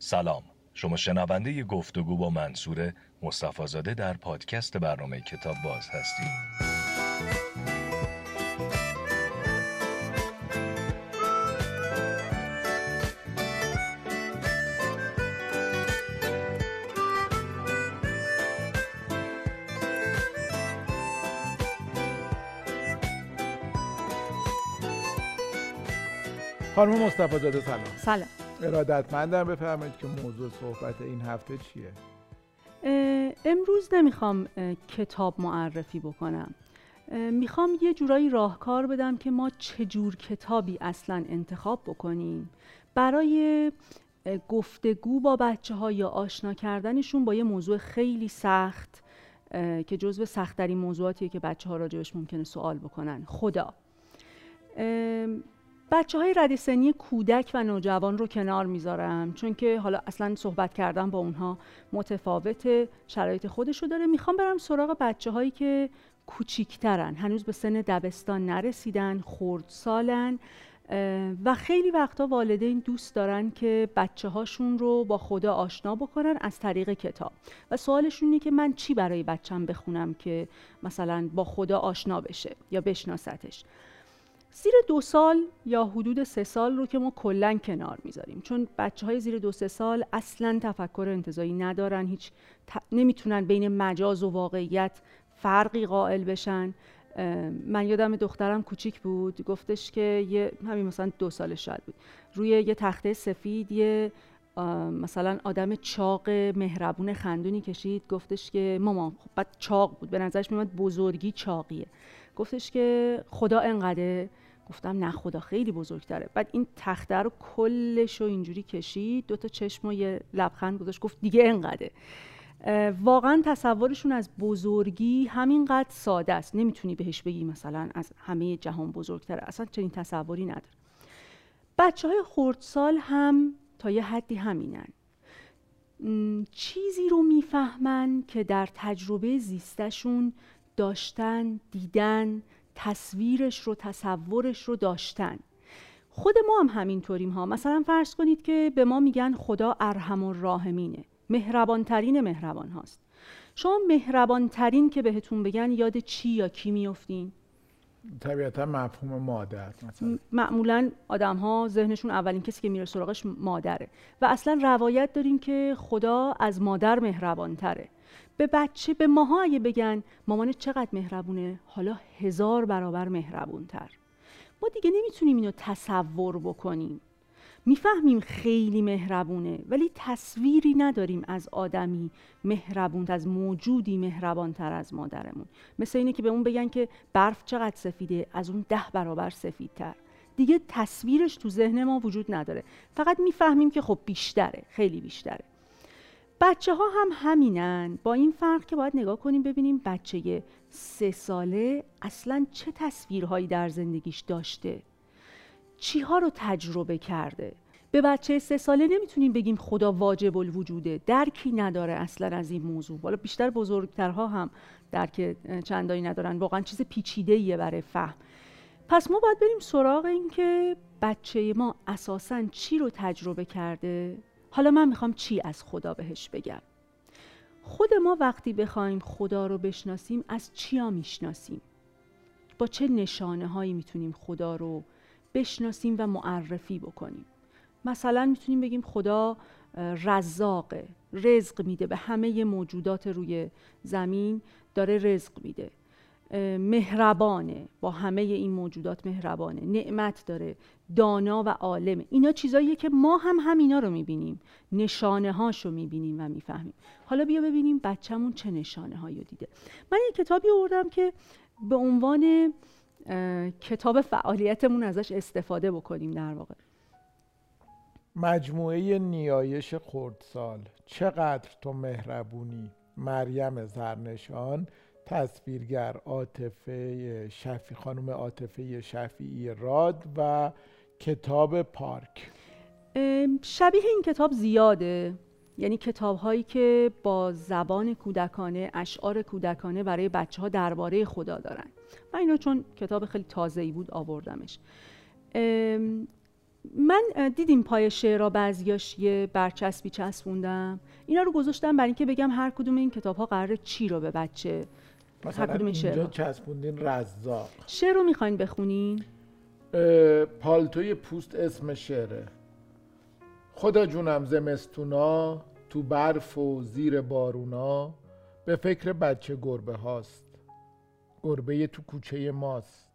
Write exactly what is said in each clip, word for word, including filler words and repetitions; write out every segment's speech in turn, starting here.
سلام، شما شنونده گفتگو با منصور مصطفی زاده در پادکست برنامه کتاب باز هستید. خانم مصطفی زاده سلام. سلام. ارادتمندم بفرمایید که موضوع صحبت این هفته چیه؟ امروز نمیخوام کتاب معرفی بکنم. میخوام یه جورایی راهکار بدم که ما چجور کتابی اصلا انتخاب بکنیم برای گفتگو با بچه ها یا آشنا کردنشون با یه موضوع خیلی سخت که جزو سخت‌ترین موضوعاتیه که بچه ها راجبش ممکنه سوال بکنن. خدا. بچه های رده سنی کودک و نوجوان رو کنار میذارم چون که حالا اصلا صحبت کردن با اونها متفاوته، شرایط خودشو داره. میخوام برم سراغ بچه هایی که کوچیکترن، هنوز به سن دبستان نرسیدن، خردسالن و خیلی وقتا والدین دوست دارن که بچه هاشون رو با خدا آشنا بکنن از طریق کتاب و سوالشون اینه که من چی برای بچم بخونم که مثلا با خدا آشنا بشه یا بشناستش. زیر دو سال یا حدود سه سال رو که ما کلاً کنار میذاریم چون بچه های زیر دو سه سال اصلاً تفکر انتزاعی ندارن، هیچ ت... نمیتونن بین مجاز و واقعیت فرقی قائل بشن. من یادم دخترم کوچیک بود، گفتش که یه همین مثلا دو سالش شاید بود، روی یه تخته سفید یه مثلا آدم چاق مهربون خندونی کشید، گفتش که مامان، خب بعد چاق بود، به نظرش میاد بزرگی چاقیه، گفتش که خدا انقدره؟ گفتم نه خدا خیلی بزرگتره. بعد این تخته رو کلش رو اینجوری کشید، دو تا چشم و یه لبخند گذاشت، گفت دیگه انقدره. واقعا تصورشون از بزرگی همینقدر ساده است، نمیتونی بهش بگی مثلا از همه جهان بزرگتره، اصلا چنین تصوری نداره. بچه های خردسال هم تا یه حدی همینن، چیزی رو میفهمن که در تجربه زیستشون داشتن، دیدن، تصویرش رو، تصورش رو داشتن. خود ما هم همینطوریم ها. مثلا فرض کنید که به ما میگن خدا ارحم الراحمینه، مهربانترین مهربان هاست. شما مهربانترین که بهتون بگن یاد چی یا کی میافتین؟ طبیعتا مفهوم مادر. مثلا معمولا آدم ها ذهنشون اولین کسی که میره سراغش مادره و اصلا روایت داریم که خدا از مادر مهربانتره. به بچه، به ماها اگه بگن مامان چقدر مهربونه، حالا هزار برابر مهربونتر. ما دیگه نمیتونیم اینو تصور بکنیم. میفهمیم خیلی مهربونه ولی تصویری نداریم از آدمی مهربون، از موجودی مهربانتر از مادرمون. مثل اینه که به اون بگن که برف چقدر سفیده، از اون ده برابر سفیدتر. دیگه تصویرش تو ذهن ما وجود نداره، فقط میفهمیم که خب بیشتره، خیلی بیشتره. بچه ها هم همینن، با این فرق که باید نگاه کنیم ببینیم بچه سه ساله اصلاً چه تصویرهایی در زندگیش داشته، چی ها رو تجربه کرده. به بچه سه ساله نمیتونیم بگیم خدا واجب الوجوده، درکی نداره اصلاً از این موضوع. بالا بیشتر بزرگترها هم درک چندانی ندارن، واقعاً چیز پیچیده‌ایه برای فهم. پس ما باید بریم سراغ این که بچه ما اساساً چی رو تجربه کرده. حالا من میخوام چی از خدا بهش بگم. خود ما وقتی بخوایم خدا رو بشناسیم از چیا میشناسیم؟ با چه نشانه هایی میتونیم خدا رو بشناسیم و معرفی بکنیم؟ مثلا میتونیم بگیم خدا رزاقه، رزق میده به همه موجودات روی زمین، داره رزق میده. مهربانه، با همه این موجودات مهربانه، نعمت داره، دانا و عالمه. اینا چیزاییه که ما هم همینا رو میبینیم، نشانه هاشو میبینیم و میفهمیم. حالا بیا ببینیم بچه‌مون چه نشانه هایی رو دیده. من یه کتابی آوردم که به عنوان کتاب فعالیتمون ازش استفاده بکنیم. در واقع مجموعه نیایش خردسال، چقدر تو مهربونی، مریم زرنشان، تصویرگر عاطفه شفی خانم عاطفه شفیعی راد و کتاب پارک. شبیه این کتاب زیاده، یعنی کتاب هایی که با زبان کودکانه، اشعار کودکانه برای بچه ها درباره خدا دارن. من اینو چون کتاب خیلی تازه‌ای بود آوردمش. من دیدیم پای شعرها بعضیاش یه برچسبی چسبوندم، اینا رو گذاشتم برای اینکه بگم هر کدوم این کتاب‌ها قراره چی رو به بچه، مثلا اینجا چسبوندین رزاق. شعر رو میخواین بخونین؟ پالتوی پوست اسم شعره. خدا جونم زمستونا تو برف و زیر بارونا، به فکر بچه گربه هاست، گربه تو کوچه ماست،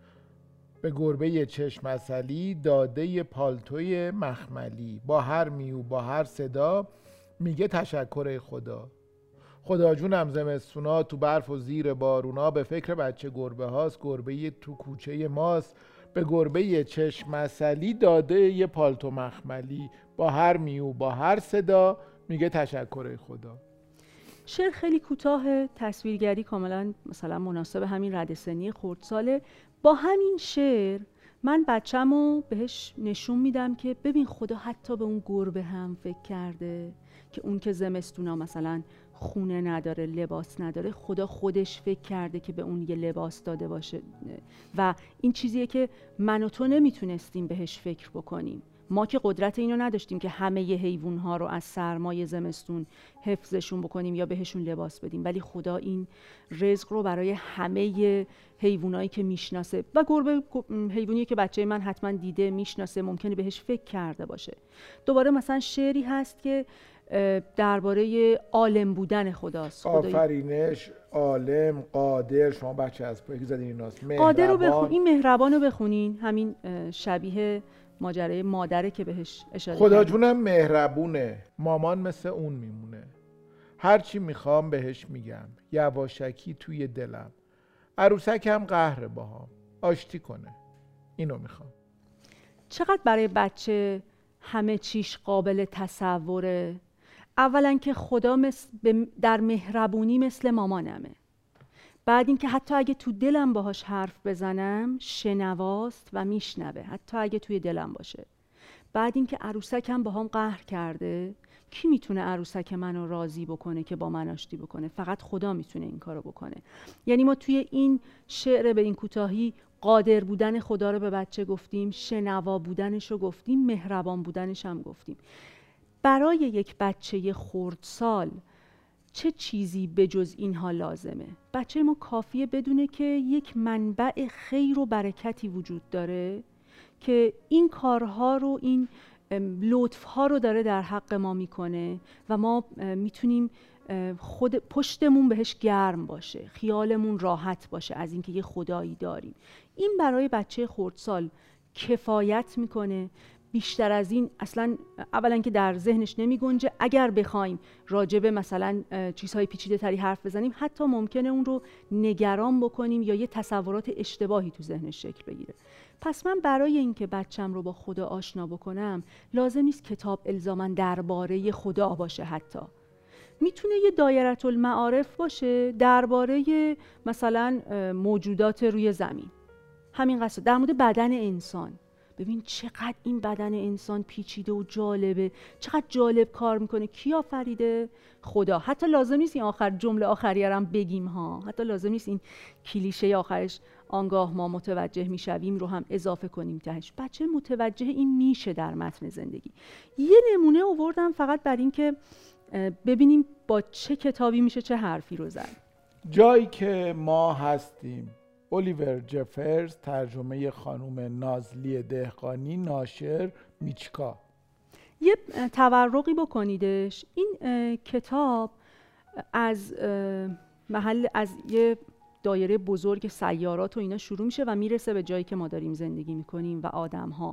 به گربه چشم عسلی داده پالتوی مخملی، با هر میو با هر صدا میگه تشکر خدا. خدا جونم زمستونا تو برف و زیر بارونا، به فکر بچه گربه هاست، گربه تو کوچه ماست، به گربه چشم عسلی داده یه پالتو مخملی، با هر میو با هر صدا میگه تشکر خدا. شعر خیلی کوتاه، تصویرگری کاملا مثلا مناسب همین رده سنی خردساله. با همین شعر من بچه‌مو بهش نشون میدم که ببین خدا حتی به اون گربه هم فکر کرده که اون که زمستونا مثلا خونه نداره، لباس نداره، خدا خودش فکر کرده که به اون یه لباس داده باشه و این چیزیه که من و تو نمیتونستیم بهش فکر بکنیم. ما که قدرت اینو نداشتیم که همه ی حیوان‌ها رو از سرمای زمستون حفظشون بکنیم یا بهشون لباس بدیم، ولی خدا این رزق رو برای همه ی حیوانایی که میشناسه و گربه حیوانیه که بچه من حتما دیده میشناسه، ممکنه بهش فکر کرده باشه. دوباره مثلا شعری هست که درباره عالم بودن خداست. آفرینش، عالم، قادر. شما بچه از پایه که زدین ایناست. قادر رو بخون، این مهربان رو بخونین، همین شبیه ماجرای مادره که بهش اشاره خدا جونم مهربونه، مامان مثل اون میمونه، هرچی میخوام بهش میگم، یواشکی توی دلم، عروسکم قهر باهام، آشتی کنه، اینو میخوام. چقدر برای بچه همه چیش قابل تصوره. اولا که خدا مثل در مهربونی مثل مامانمه، بعد اینکه حتی اگه تو دلم باهاش حرف بزنم شنواست و میشنوه، حتی اگه توی دلم باشه. بعد اینکه عروسکم باهام قهر کرده، کی میتونه عروسک منو راضی بکنه که با من آشتی بکنه؟ فقط خدا میتونه این کارو بکنه. یعنی ما توی این شعر به این کوتاهی قادر بودن خدا رو به بچه گفتیم، شنوا بودنش رو گفتیم، مهربان بودنش هم گفتیم. برای یک بچه خردسال چه چیزی بجز اینها لازمه؟ بچه ما کافیه بدونه که یک منبع خیر و برکتی وجود داره که این کارها رو، این لطفها رو داره در حق ما میکنه و ما میتونیم خود پشتمون بهش گرم باشه، خیالمون راحت باشه از اینکه یه خدایی داریم. این برای بچه خردسال کفایت میکنه. بیشتر از این اصلا اولا که در ذهنش نمی گنجه. اگر بخوایم راجع به مثلا چیزهای پیچیده تری حرف بزنیم، حتی ممکنه اون رو نگران بکنیم یا یه تصورات اشتباهی تو ذهنش شکل بگیره. پس من برای اینکه بچم رو با خدا آشنا بکنم، لازم نیست کتاب الزاماً درباره خدا باشه، حتی میتونه یه دایره المعارف باشه درباره مثلا موجودات روی زمین. همین قصه در مورد بدن انسان. ببین چقدر این بدن انسان پیچیده و جالبه، چقدر جالب کار میکنه. کی آفریده؟ خدا. حتی لازم نیست این آخر جمله آخریه هم بگیم ها، حتی لازم نیست این کلیشه آخرش آنگاه ما متوجه میشویم رو هم اضافه کنیم تهش. بچه متوجه این میشه در متن زندگی. یه نمونه آوردم فقط برای این که ببینیم با چه کتابی میشه چه حرفی رو زد. جایی که ما هستیم، الیور جفرز، ترجمه خانم نازلی دهقانی، ناشر میچکا. یه تورقی بکنیدش. این کتاب از محل از یه دایره بزرگ سیارات و اینا شروع میشه و میرسه به جایی که ما داریم زندگی میکنیم و آدم ها.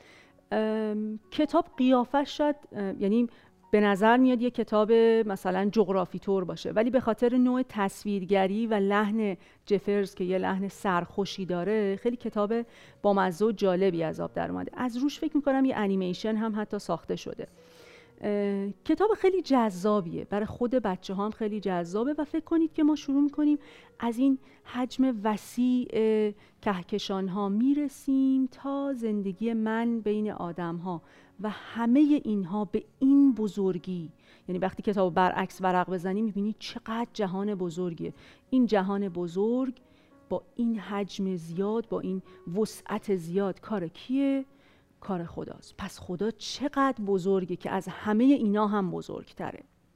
کتاب قیافش شد، یعنی به نظر میاد یه کتاب مثلا جغرافی طور باشه، ولی به خاطر نوع تصویرگری و لحن جفرز که یه لحن سرخوشی داره، خیلی کتاب با مزه و جالبی از آب در اومده. از روش فکر میکنم یه انیمیشن هم حتی ساخته شده. کتاب خیلی جذابیه، برای خود بچه ها هم خیلی جذابه و فکر کنید که ما شروع میکنیم از این حجم وسیع کهکشان ها میرسیم تا زندگی من بین آدم ها و همه اینها به این بزرگی. یعنی وقتی کتاب برعکس ورق بزنی میبینی چقدر جهان بزرگیه. این جهان بزرگ با این حجم زیاد، با این وسعت زیاد، کار کیه؟ کار خداست. پس خدا چقدر بزرگه که از همه اینا هم بزرگتره.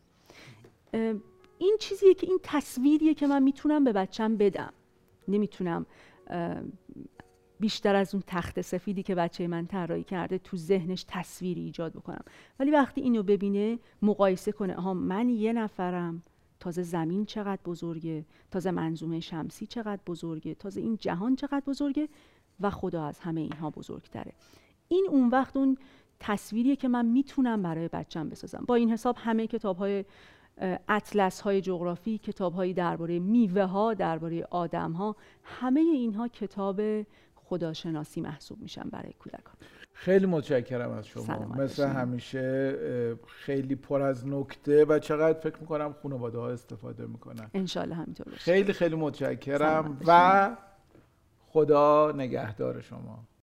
این چیزیه که این تصویریه که من میتونم به بچم بدم. نمیتونم بیشتر از اون تخت سفیدی که بچه من طراحی کرده تو ذهنش تصویری ایجاد بکنم. ولی وقتی اینو ببینه، مقایسه کنه، آها من یه نفرم، تازه زمین چقدر بزرگه، تازه منظومه شمسی چقدر بزرگه، تازه این جهان چقدر بزرگه و خدا از همه اینها بزرگتره. این اون وقت اون تصویریه که من میتونم برای بچم بسازم. با این حساب همه کتاب‌های اطلس های جغرافی، کتاب‌هایی درباره میوه‌ها، درباره آدم‌ها، همه اینها کتاب خداشناسی محسوب میشن برای کودکان. خیلی متشکرم از شما، مثل همیشه خیلی پر از نکته و چقدر فکر میکنم خانواده ها استفاده میکنن. انشالله همینطور باشه. خیلی خیلی متشکرم و خدا نگهدار شما.